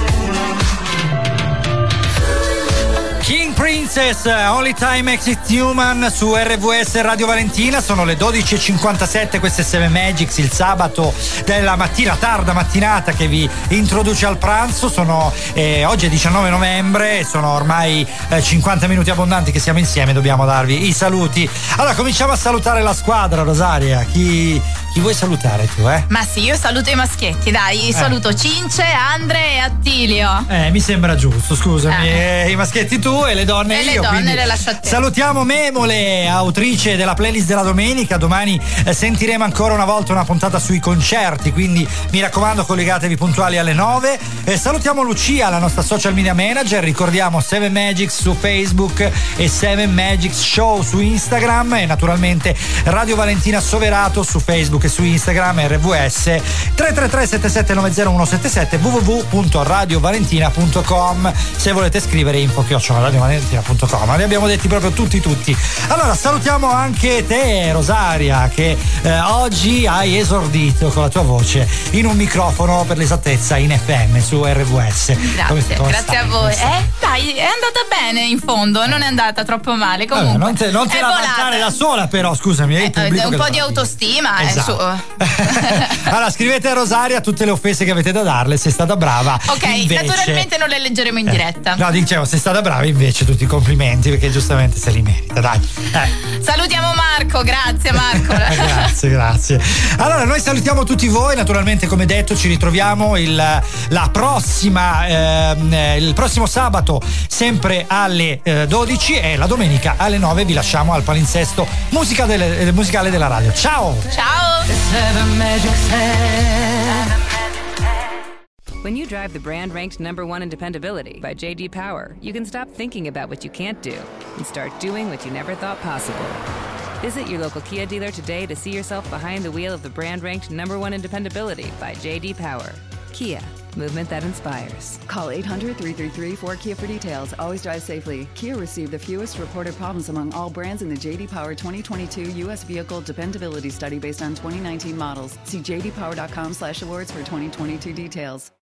King Princess, Only Time Exit Human su R V S Radio Valentina. Sono le dodici e cinquantasette, questo è Seven Magics, il sabato della mattina, tarda mattinata che vi introduce al pranzo. Sono eh, oggi è diciannove novembre e sono ormai eh, cinquanta minuti abbondanti che siamo insieme, dobbiamo darvi i saluti. Allora cominciamo a salutare la squadra, Rosaria. Chi, Chi vuoi salutare tu, eh? Ma sì, io saluto i maschietti, dai. Eh. Saluto Cince, Andre e Attilio. Eh, mi sembra giusto, scusami. Eh. Eh, I maschietti tu e le donne E io. le donne quindi le lascio a te. Salutiamo Memole, autrice della playlist della domenica. Domani eh, sentiremo ancora una volta una puntata sui concerti, quindi mi raccomando collegatevi puntuali alle nove. Eh, salutiamo Lucia, la nostra social media manager. Ricordiamo seven Magics su Facebook e seven Magics Show su Instagram e naturalmente Radio Valentina Soverato su Facebook e su Instagram, R V S tre tre tre sette sette nove zero uno sette sette w w w punto radio valentina punto com se volete scrivere info chiocciola radio valentina punto com. Li abbiamo detti proprio tutti tutti. Allora salutiamo anche te Rosaria che eh, oggi hai esordito con la tua voce in un microfono, per l'esattezza in F M su R V S. Grazie, come, come grazie stai? a voi. Eh, dai, è andata bene in fondo, non è andata troppo male. Comunque, allora, non te, non te è la volata. vantare da sola, però scusami, è il pubblico un che po' lo di fa. autostima. Esatto. Eh, su. Allora scrivete a Rosaria tutte le offese che avete da darle, sei stata brava. Ok, invece, naturalmente non le leggeremo in diretta. No, dicevo, sei stata brava, invece tutti i complimenti perché giustamente se li merita, dai. Eh. Salutiamo Marco, grazie Marco. grazie, grazie. Allora noi salutiamo tutti voi, naturalmente come detto ci ritroviamo il, la prossima, ehm, il prossimo sabato sempre alle eh, dodici e la domenica alle nove vi lasciamo al palinsesto musica delle, eh, musicale della radio. Ciao! Ciao! When you drive the brand ranked number one in dependability by J D Power, you can stop thinking about what you can't do and start doing what you never thought possible. Visit your local Kia dealer today to see yourself behind the wheel of the brand ranked number one in dependability by J D Power. Kia, movement that inspires. Call eight hundred, three three three, four K I A for details. Always drive safely. Kia received the fewest reported problems among all brands in the J D Power twenty twenty-two U S Vehicle Dependability Study based on twenty nineteen models. See j d power dot com slash awards for twenty twenty-two details.